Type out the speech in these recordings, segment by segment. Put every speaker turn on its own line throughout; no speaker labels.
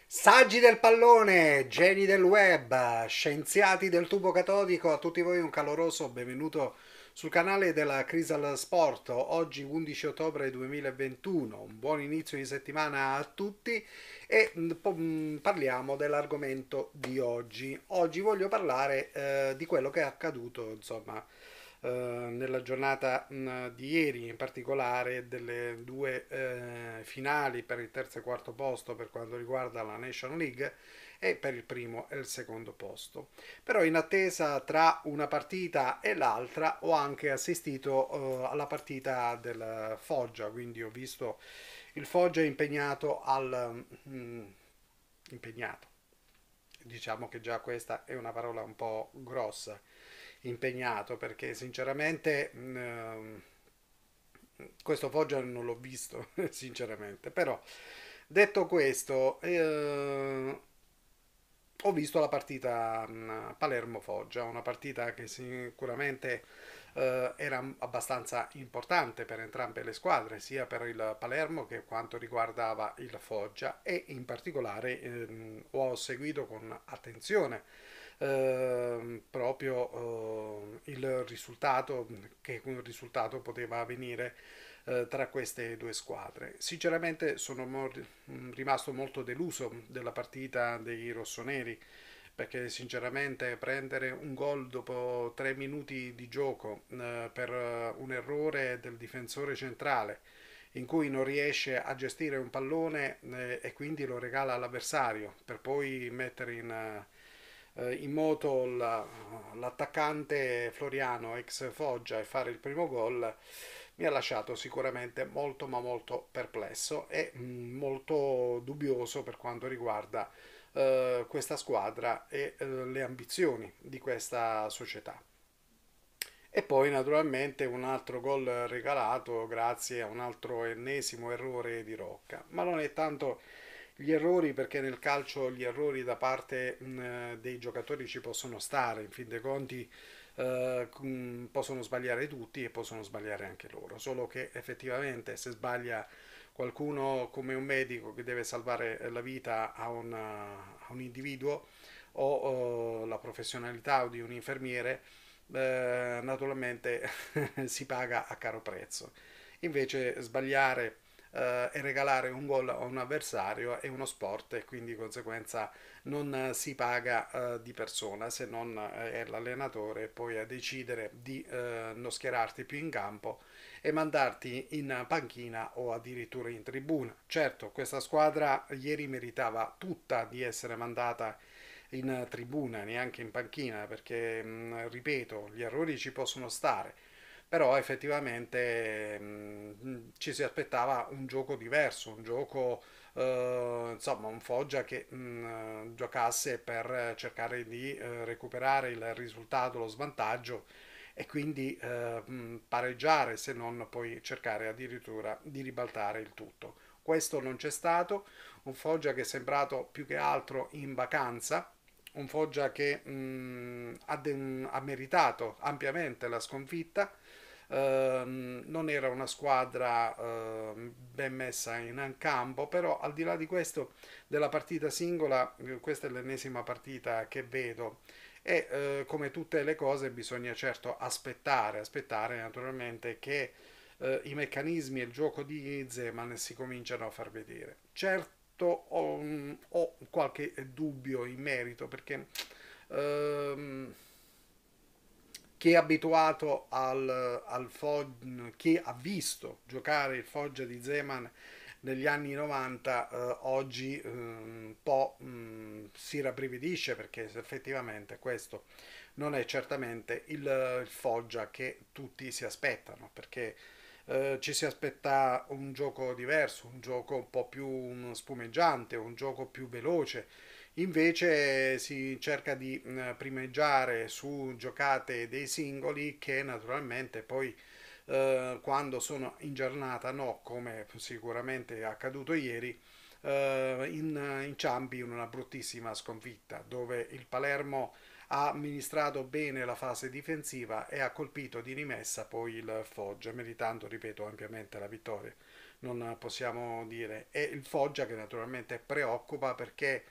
Saggi del pallone, geni del web, scienziati del tubo catodico, a tutti voi un caloroso benvenuto sul canale della Crisal Sport. Oggi 11 ottobre 2021, un buon inizio di settimana a tutti e parliamo dell'argomento di oggi. Oggi voglio parlare di quello che è accaduto, insomma, nella giornata di ieri, in particolare delle due finali per il terzo e quarto posto per quanto riguarda la Nation League e per il primo e il secondo posto. Però in attesa tra una partita e l'altra ho anche assistito alla partita del Foggia, quindi ho visto il Foggia impegnato impegnato. Diciamo che già questa è una parola un po' grossa, impegnato, perché sinceramente questo Foggia non l'ho visto, sinceramente. Però, detto questo, ho visto la partita Palermo-Foggia, una partita che sicuramente era abbastanza importante per entrambe le squadre, sia per il Palermo che quanto riguardava il Foggia, e in particolare ho seguito con attenzione proprio il risultato, che un risultato poteva avvenire tra queste due squadre. Sinceramente sono rimasto molto deluso della partita dei rossoneri, perché sinceramente prendere un gol dopo 3 minuti di gioco per un errore del difensore centrale in cui non riesce a gestire un pallone e quindi lo regala all'avversario per poi mettere in moto l'attaccante Floriano ex Foggia e fare il primo gol, mi ha lasciato sicuramente molto ma molto perplesso e molto dubbioso per quanto riguarda questa squadra e le ambizioni di questa società. E poi naturalmente un altro gol regalato grazie a un altro ennesimo errore di Rocca. Ma non è tanto gli errori, perché nel calcio gli errori da parte dei giocatori ci possono stare, in fin dei conti possono sbagliare tutti e possono sbagliare anche loro, solo che effettivamente se sbaglia qualcuno come un medico che deve salvare la vita a un individuo o la professionalità di un infermiere, naturalmente si paga a caro prezzo. Invece sbagliare e regalare un gol a un avversario è uno sport e quindi di conseguenza non si paga di persona, se non è l'allenatore poi a decidere di non schierarti più in campo e mandarti in panchina o addirittura in tribuna. Certo, questa squadra ieri meritava tutta di essere mandata in tribuna, neanche in panchina, perché, ripeto, gli errori ci possono stare, però effettivamente ci si aspettava un gioco diverso, un gioco, insomma, un Foggia che giocasse per cercare di recuperare il risultato, lo svantaggio e quindi pareggiare, se non poi cercare addirittura di ribaltare il tutto. Questo non c'è stato, un Foggia che è sembrato più che altro in vacanza, un Foggia che ha meritato ampiamente la sconfitta. Non era una squadra ben messa in campo, però al di là di questo, della partita singola, questa è l'ennesima partita che vedo e come tutte le cose bisogna certo aspettare naturalmente che i meccanismi e il gioco di Zeman si cominciano a far vedere. Certo ho qualche dubbio in merito, perché ehm, chi è abituato al Foggia, chi ha visto giocare il Foggia di Zeman negli anni 90, oggi un po' si rabbrividisce, perché effettivamente questo non è certamente il Foggia che tutti si aspettano, perché ci si aspetta un gioco diverso, un gioco un po' più spumeggiante, un gioco più veloce. Invece si cerca di primeggiare su giocate dei singoli che naturalmente poi quando sono in giornata no, come sicuramente è accaduto ieri, inciampi in una bruttissima sconfitta dove il Palermo ha amministrato bene la fase difensiva e ha colpito di rimessa poi il Foggia, meritando, ripeto, ampiamente la vittoria. non possiamo dire. E il Foggia che naturalmente preoccupa perché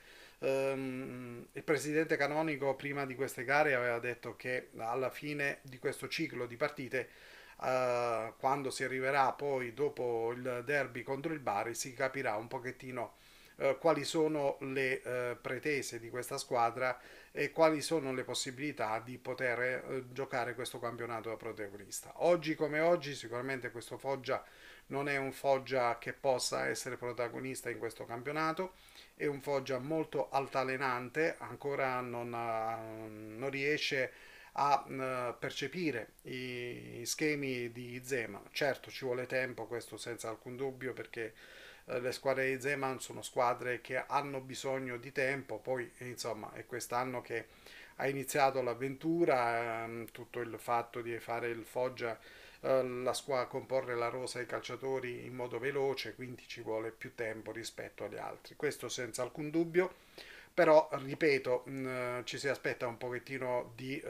il presidente canonico prima di queste gare aveva detto che alla fine di questo ciclo di partite, quando si arriverà poi dopo il derby contro il Bari, si capirà un pochettino quali sono le pretese di questa squadra e quali sono le possibilità di poter giocare questo campionato da protagonista. Oggi come oggi sicuramente questo Foggia non è un Foggia che possa essere protagonista in questo campionato, è un Foggia molto altalenante, ancora non riesce a percepire i schemi di Zeman. Certo ci vuole tempo, questo senza alcun dubbio, perché le squadre di Zeman sono squadre che hanno bisogno di tempo, poi insomma è quest'anno che ha iniziato l'avventura, tutto il fatto di fare il Foggia, la squadra, comporre la rosa ai calciatori in modo veloce, quindi ci vuole più tempo rispetto agli altri, questo senza alcun dubbio. Però, ripeto, ci si aspetta un pochettino di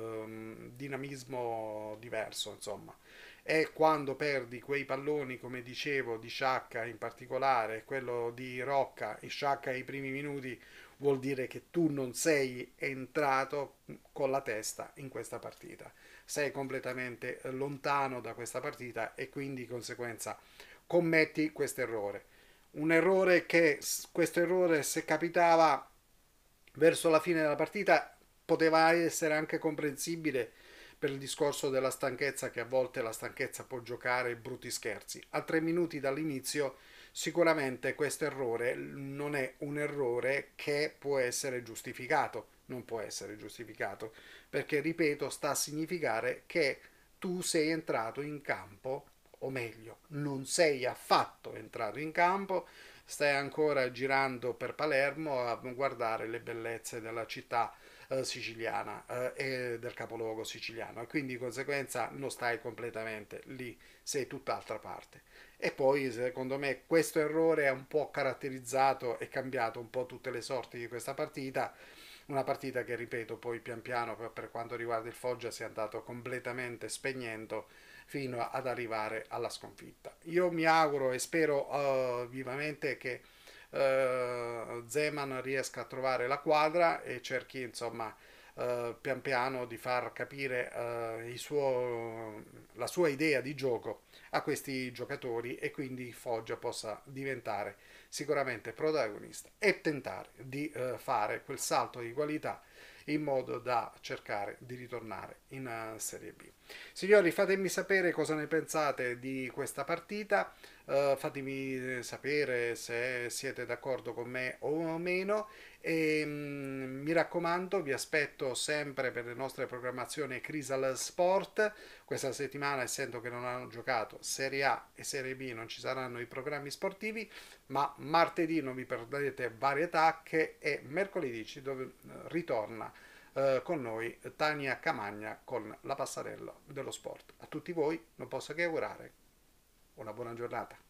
dinamismo diverso, insomma. E quando perdi quei palloni, come dicevo, di Sciacca in particolare, quello di Rocca, e Sciacca ai primi minuti, vuol dire che tu non sei entrato con la testa in questa partita. Sei completamente lontano da questa partita e quindi di conseguenza commetti questo errore. Un errore che, questo errore se capitava verso la fine della partita, poteva essere anche comprensibile per il discorso della stanchezza, che a volte la stanchezza può giocare brutti scherzi. A 3 minuti dall'inizio sicuramente questo errore non è un errore che può essere giustificato, non può essere giustificato, perché ripeto sta a significare che tu sei entrato in campo, o meglio, non sei affatto entrato in campo, stai ancora girando per Palermo a guardare le bellezze della città siciliana e del capoluogo siciliano, e quindi di conseguenza non stai completamente lì, sei tutt'altra parte. E poi secondo me questo errore ha un po' caratterizzato e cambiato un po' tutte le sorti di questa partita, una partita che ripeto poi pian piano per quanto riguarda il Foggia si è andato completamente spegnendo fino ad arrivare alla sconfitta. Io mi auguro e spero vivamente che Zeman riesca a trovare la quadra e cerchi insomma pian piano di far capire la sua idea di gioco a questi giocatori e quindi Foggia possa diventare sicuramente protagonista e tentare di fare quel salto di qualità in modo da cercare di ritornare in Serie B. Signori, fatemi sapere cosa ne pensate di questa partita, fatemi sapere se siete d'accordo con me o meno e mi raccomando, vi aspetto sempre per le nostre programmazioni Crisal Sport. Questa settimana, essendo che non hanno giocato Serie A e Serie B, non ci saranno i programmi sportivi, ma martedì non vi perdete varie tacche e mercoledì dove ritorna con noi Tania Camagna con la passarella dello sport. A tutti voi non posso che augurare una buona giornata.